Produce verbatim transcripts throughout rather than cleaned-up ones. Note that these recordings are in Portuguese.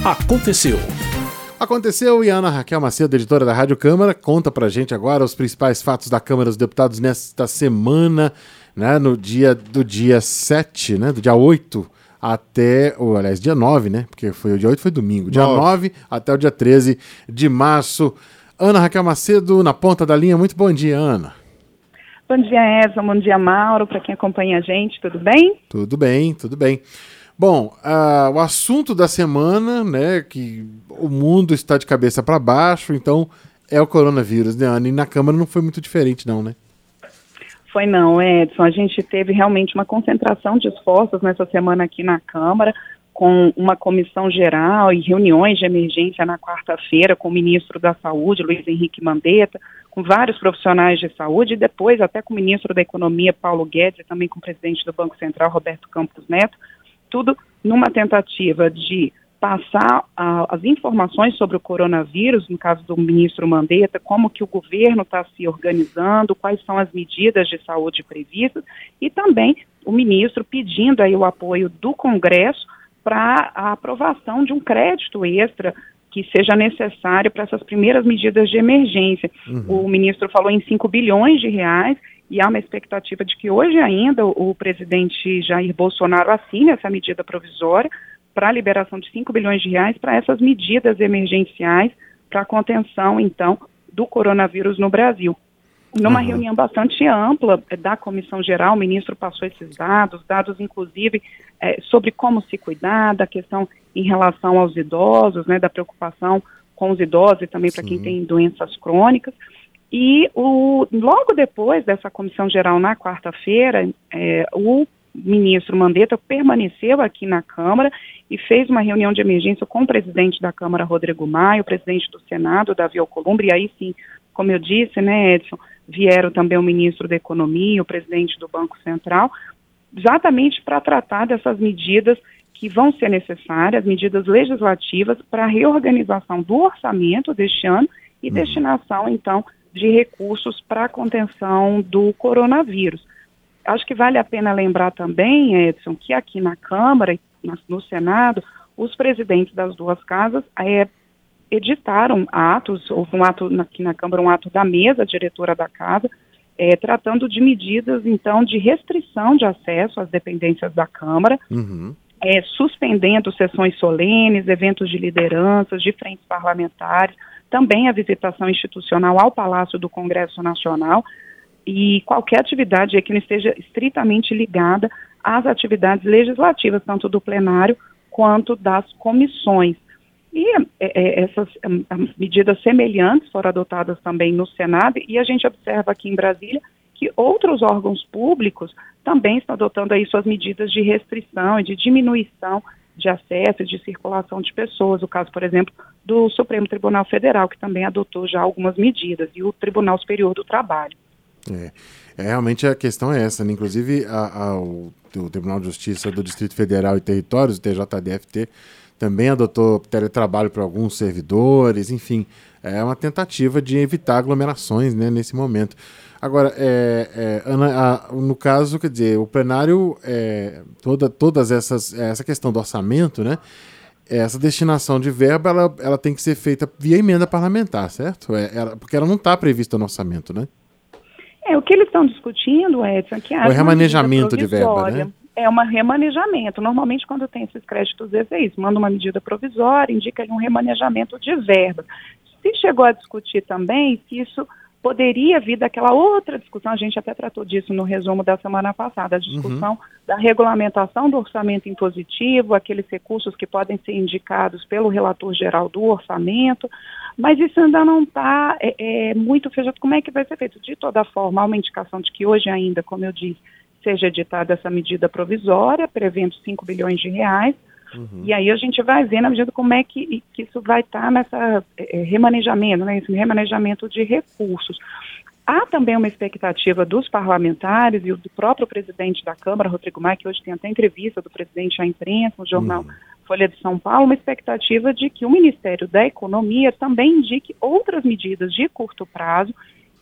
Aconteceu. Aconteceu e a Ana Raquel Macedo, editora da Rádio Câmara, conta pra gente agora os principais fatos da Câmara dos Deputados nesta semana, né, no dia do dia sete, né, do dia oito até, ou, aliás, dia nove, né, porque foi o dia oito foi domingo, dia nove até o dia treze de março. Ana Raquel Macedo, na ponta da linha, muito bom dia, Ana. Bom dia, Edson, bom dia, Mauro, para quem acompanha a gente, tudo bem? Tudo bem, tudo bem. Bom, uh, o assunto da semana, né, que o mundo está de cabeça para baixo, então é o coronavírus, né, Ana? E na Câmara não foi muito diferente, não, né? Foi não, Edson. A gente teve realmente uma concentração de esforços nessa semana aqui na Câmara, com uma comissão geral e reuniões de emergência na quarta-feira com o ministro da Saúde, Luiz Henrique Mandetta, com vários profissionais de saúde, e depois até com o ministro da Economia, Paulo Guedes, e também com o presidente do Banco Central, Roberto Campos Neto, tudo numa tentativa de passar uh, as informações sobre o coronavírus, no caso do ministro Mandetta, como que o governo está se organizando, quais são as medidas de saúde previstas, e também o ministro pedindo aí o apoio do Congresso para a aprovação de um crédito extra que seja necessário para essas primeiras medidas de emergência. Uhum. O ministro falou em cinco bilhões de reais, e há uma expectativa de que hoje ainda o, o presidente Jair Bolsonaro assine essa medida provisória para a liberação de cinco bilhões de reais para essas medidas emergenciais para a contenção, então, do coronavírus no Brasil. Numa uhum. reunião bastante ampla da Comissão Geral, o ministro passou esses dados, dados inclusive é, sobre como se cuidar, da questão em relação aos idosos, né, da preocupação com os idosos e também para quem tem doenças crônicas. E o, logo depois dessa Comissão Geral, na quarta-feira, é, o ministro Mandetta permaneceu aqui na Câmara e fez uma reunião de emergência com o presidente da Câmara, Rodrigo Maia, o presidente do Senado, Davi Alcolumbre, e aí sim, como eu disse, né, Edson, vieram também o ministro da Economia, o presidente do Banco Central, exatamente para tratar dessas medidas que vão ser necessárias, medidas legislativas para a reorganização do orçamento deste ano e uhum. destinação, então, de recursos para a contenção do coronavírus. Acho que vale a pena lembrar também, Edson, que aqui na Câmara e no Senado, os presidentes das duas casas é, editaram atos, houve um ato aqui na Câmara, um ato da mesa diretora da casa, é, tratando de medidas, então, de restrição de acesso às dependências da Câmara, uhum. é, suspendendo sessões solenes, eventos de lideranças, de frentes parlamentares, também a visitação institucional ao Palácio do Congresso Nacional e qualquer atividade que não esteja estritamente ligada às atividades legislativas, tanto do plenário quanto das comissões. E é, é, essas é, medidas semelhantes foram adotadas também no Senado, e a gente observa aqui em Brasília que outros órgãos públicos também estão adotando aí suas medidas de restrição e de diminuição de acesso e de circulação de pessoas. O caso, por exemplo, do Supremo Tribunal Federal, que também adotou já algumas medidas, e o Tribunal Superior do Trabalho. É, é realmente a questão é essa, né? Inclusive a, a, o, o Tribunal de Justiça do Distrito Federal e Territórios, o T J D F T, também adotou teletrabalho para alguns servidores, enfim, é uma tentativa de evitar aglomerações, né, nesse momento. Agora, é, é, Ana, a, no caso, quer dizer, o plenário, é, toda, todas essas, essa questão do orçamento, né, essa destinação de verba, ela, ela tem que ser feita via emenda parlamentar, certo? É, ela, porque ela não está prevista no orçamento, né? É, o que eles estão discutindo, Edson, é que há o remanejamento de verba, né? É um remanejamento. Normalmente, quando tem esses créditos, é isso, manda uma medida provisória, indica um remanejamento de verba. Se chegou a discutir também se isso poderia vir daquela outra discussão, a gente até tratou disso no resumo da semana passada, a discussão uhum. da regulamentação do orçamento impositivo, aqueles recursos que podem ser indicados pelo relator geral do orçamento, mas isso ainda não está é, é, muito fechado. Como é que vai ser feito? De toda forma, há uma indicação de que hoje ainda, como eu disse, seja editada essa medida provisória, prevendo cinco bilhões de reais, uhum. e aí a gente vai ver na medida como é que, que isso vai estar tá nessa é, remanejamento, né, esse remanejamento de recursos. Há também uma expectativa dos parlamentares e do próprio presidente da Câmara, Rodrigo Maia, que hoje tem até entrevista do presidente à imprensa, no jornal uhum. Folha de São Paulo, uma expectativa de que o Ministério da Economia também indique outras medidas de curto prazo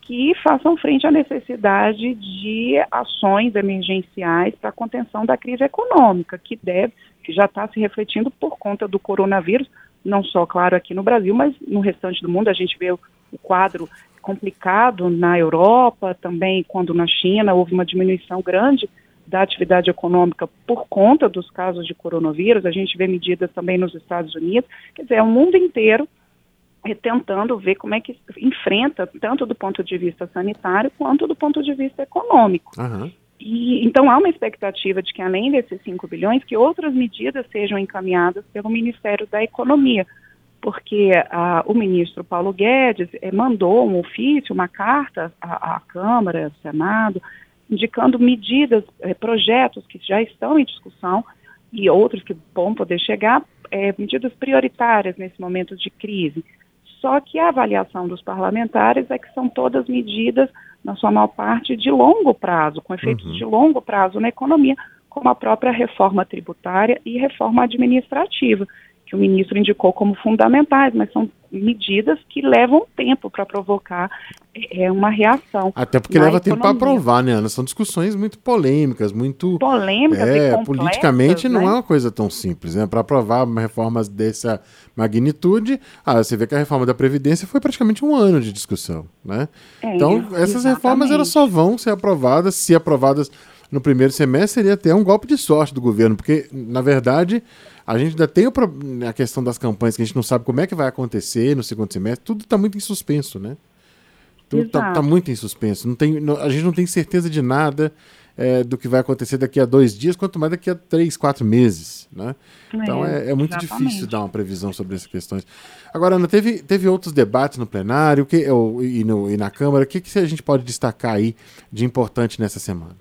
que façam frente à necessidade de ações emergenciais para a contenção da crise econômica, que deve, que já está se refletindo por conta do coronavírus, não só, claro, aqui no Brasil, mas no restante do mundo. A gente vê o, o quadro complicado na Europa, também quando na China houve uma diminuição grande da atividade econômica por conta dos casos de coronavírus. A gente vê medidas também nos Estados Unidos. Quer dizer, é o mundo inteiro é, tentando ver como é que enfrenta, tanto do ponto de vista sanitário quanto do ponto de vista econômico. Uhum. E, então há uma expectativa de que, além desses cinco bilhões, que outras medidas sejam encaminhadas pelo Ministério da Economia, porque ah, o ministro Paulo Guedes eh, mandou um ofício, uma carta à, à Câmara, ao Senado, indicando medidas, eh, projetos que já estão em discussão e outros que vão poder chegar, eh, medidas prioritárias nesse momento de crise. Só que a avaliação dos parlamentares é que são todas medidas, na sua maior parte, de longo prazo, com efeitos uhum. de longo prazo na economia, como a própria reforma tributária e reforma administrativa, que o ministro indicou como fundamentais, mas são medidas que levam tempo para provocar é, uma reação. Até porque leva tempo para aprovar, né, Ana? São discussões muito polêmicas, muito... Polêmicas é, e complexas, politicamente não né? é uma coisa tão simples, né? Para aprovar reformas dessa magnitude, ah, você vê que a reforma da Previdência foi praticamente um ano de discussão, né? É, então, essas exatamente. reformas elas só vão ser aprovadas, se aprovadas no primeiro semestre, seria até um golpe de sorte do governo, porque, na verdade, a gente ainda tem o, a questão das campanhas, que a gente não sabe como é que vai acontecer no segundo semestre, tudo está muito em suspenso, né? Tudo está tá muito em suspenso. Não tem, não, a gente não tem certeza de nada é, do que vai acontecer daqui a dois dias, quanto mais daqui a três, quatro meses, né? Então é, é muito exatamente. difícil dar uma previsão sobre essas questões. Agora, Ana, teve, teve outros debates no plenário que, ou, e, no, e na Câmara. O que, que a gente pode destacar aí de importante nessa semana?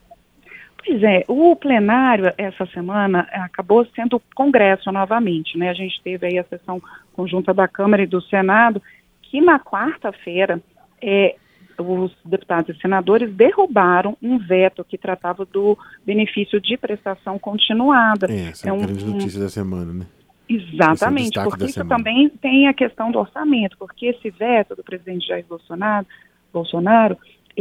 Pois é, o plenário essa semana acabou sendo congresso novamente, né? A gente teve aí a sessão conjunta da Câmara e do Senado, que na quarta-feira é, os deputados e senadores derrubaram um veto que tratava do benefício de prestação continuada. É, essa é, é a um, grande notícia um... da semana, né? Exatamente, é porque isso semana. também tem a questão do orçamento, porque esse veto do presidente Jair Bolsonaro, Bolsonaro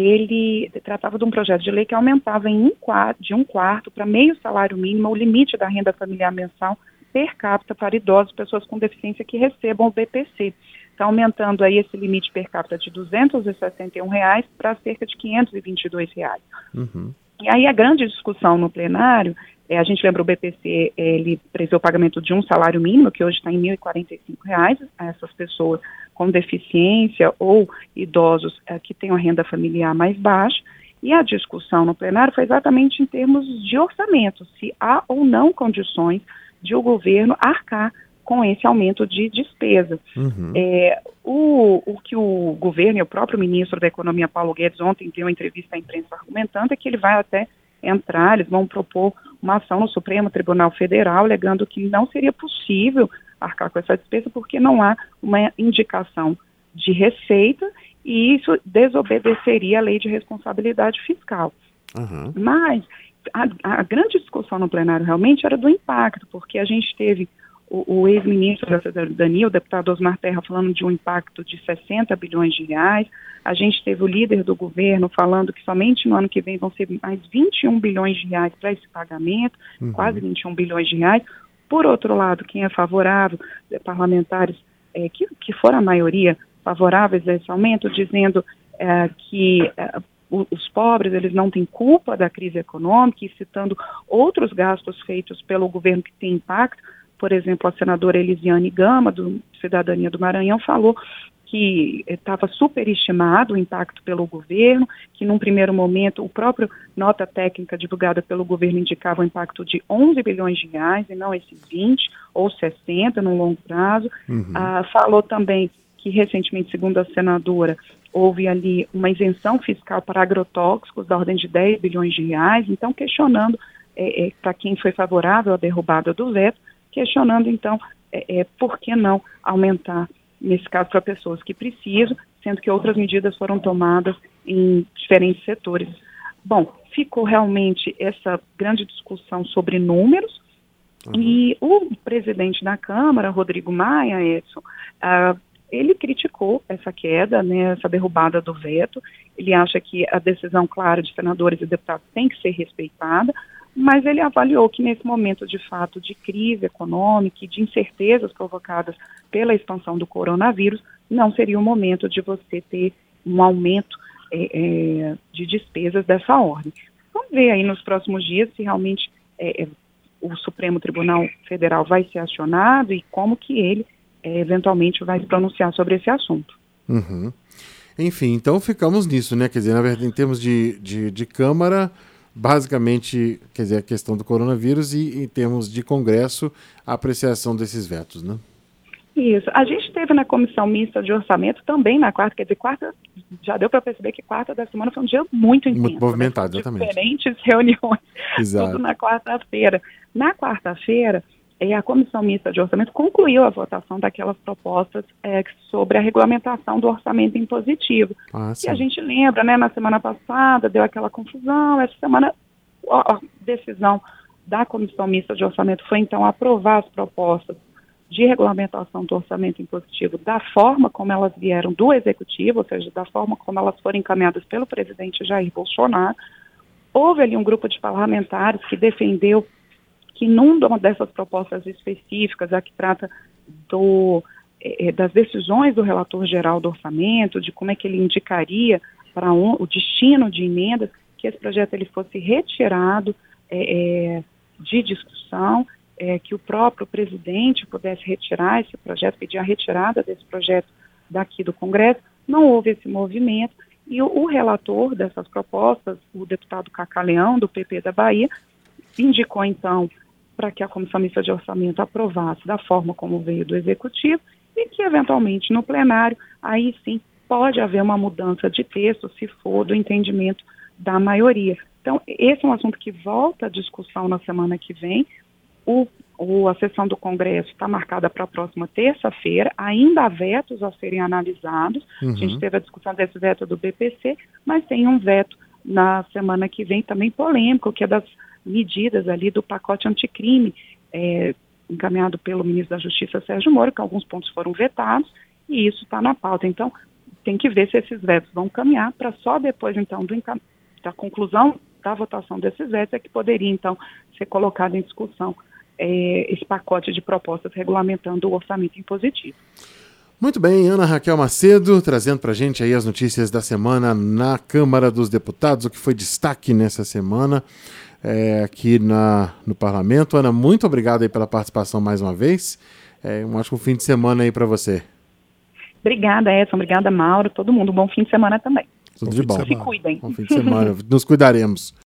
ele tratava de um projeto de lei que aumentava em um quarto, de um quarto para meio salário mínimo o limite da renda familiar mensal per capita para idosos e pessoas com deficiência que recebam o B P C. Está aumentando aí esse limite per capita de duzentos e sessenta e um reais para cerca de quinhentos e vinte e dois reais. Uhum. E aí a grande discussão no plenário, é, a gente lembra o B P C, ele prevê o pagamento de um salário mínimo, que hoje está em mil e quarenta e cinco reais, a essas pessoas com deficiência ou idosos é, que têm uma renda familiar mais baixa, e a discussão no plenário foi exatamente em termos de orçamento, se há ou não condições de o governo arcar com esse aumento de despesa. Uhum. É, o, o que o governo e o próprio ministro da Economia, Paulo Guedes, ontem deu uma entrevista à imprensa argumentando é que ele vai até entrar, eles vão propor uma ação no Supremo Tribunal Federal, alegando que não seria possível arcar com essa despesa porque não há uma indicação de receita e isso desobedeceria a lei de responsabilidade fiscal. Uhum. Mas a, a grande discussão no plenário realmente era do impacto, porque a gente teve o, o ex-ministro da Cidadania, o deputado Osmar Terra, falando de um impacto de sessenta bilhões de reais, a gente teve o líder do governo falando que somente no ano que vem vão ser mais vinte e um bilhões de reais para esse pagamento, uhum. quase vinte e um bilhões de reais. Por outro lado, quem é favorável, é, parlamentares é, que, que foram a maioria favoráveis a esse aumento, dizendo é, que é, os pobres eles não têm culpa da crise econômica e citando outros gastos feitos pelo governo que têm impacto. Por exemplo, a senadora Elisiane Gama, do Cidadania do Maranhão, falou que estava superestimado o impacto pelo governo, que num primeiro momento o próprio nota técnica divulgada pelo governo indicava um impacto de onze bilhões de reais e não esses vinte ou sessenta no longo prazo. Uhum. Ah, falou também que recentemente, segundo a senadora, houve ali uma isenção fiscal para agrotóxicos da ordem de dez bilhões de reais, então questionando, é, é, para quem foi favorável à derrubada do veto, questionando então é, é, por que não aumentar nesse caso para pessoas que precisam, sendo que outras medidas foram tomadas em diferentes setores. Bom, ficou realmente essa grande discussão sobre números, uhum. e o presidente da Câmara, Rodrigo Maia, Edson, uh, ele criticou essa queda, né, essa derrubada do veto. Ele acha que a decisão clara de senadores e deputados tem que ser respeitada, mas ele avaliou que nesse momento, de fato, de crise econômica e de incertezas provocadas pela expansão do coronavírus, não seria o momento de você ter um aumento é, é, de despesas dessa ordem. Vamos ver aí nos próximos dias se realmente é, o Supremo Tribunal Federal vai ser acionado e como que ele é, eventualmente vai se pronunciar sobre esse assunto. Uhum. Enfim, então ficamos nisso, né? Quer dizer, na verdade, em termos de, de, de Câmara, basicamente, quer dizer, a questão do coronavírus e em termos de Congresso, a apreciação desses vetos, né? Isso. A gente teve na Comissão Mista de Orçamento também na quarta, quer dizer, quarta, já deu para perceber que quarta da semana foi um dia muito intenso. Muito movimentado, né? Exatamente. Diferentes reuniões, Exato. Tudo na quarta-feira. Na quarta-feira, é, a Comissão Mista de Orçamento concluiu a votação daquelas propostas é, sobre a regulamentação do orçamento impositivo. Ah, e a gente lembra, né, na semana passada deu aquela confusão, essa semana a, a decisão da Comissão Mista de Orçamento foi então aprovar as propostas de regulamentação do orçamento impositivo da forma como elas vieram do Executivo, ou seja, da forma como elas foram encaminhadas pelo presidente Jair Bolsonaro. Houve ali um grupo de parlamentares que defendeu que numa dessas propostas específicas, a que trata do, eh, das decisões do relator geral do orçamento, de como é que ele indicaria para um, o destino de emendas, que esse projeto ele fosse retirado eh, de discussão, É, que o próprio presidente pudesse retirar esse projeto, pedir a retirada desse projeto daqui do Congresso. Não houve esse movimento e o, o relator dessas propostas, o deputado Cacá Leão, do P P da Bahia, indicou então para que a Comissão Mista de Orçamento aprovasse da forma como veio do Executivo e que eventualmente no plenário, aí sim, pode haver uma mudança de texto se for do entendimento da maioria. Então, esse é um assunto que volta à discussão na semana que vem. O, o, a sessão do Congresso está marcada para a próxima terça-feira, ainda há vetos a serem analisados. Uhum. A gente teve a discussão desse veto do B P C, mas tem um veto na semana que vem também polêmico, que é das medidas ali do pacote anticrime, é, encaminhado pelo ministro da Justiça, Sérgio Moro, que alguns pontos foram vetados, e isso está na pauta. Então, tem que ver se esses vetos vão caminhar para só depois, então, do encam- da conclusão da votação desses vetos é que poderia, então, ser colocado em discussão É, esse pacote de propostas regulamentando o orçamento impositivo. Muito bem, Ana Raquel Macedo, trazendo para a gente aí as notícias da semana na Câmara dos Deputados, o que foi destaque nessa semana é, aqui na, no Parlamento. Ana, muito obrigado aí pela participação mais uma vez. É, um ótimo fim de semana aí para você. Obrigada, Edson. Obrigada, Mauro. Todo mundo. Um bom fim de semana também. Tudo de bom. Se cuidem. Bom fim de semana. Nos cuidaremos.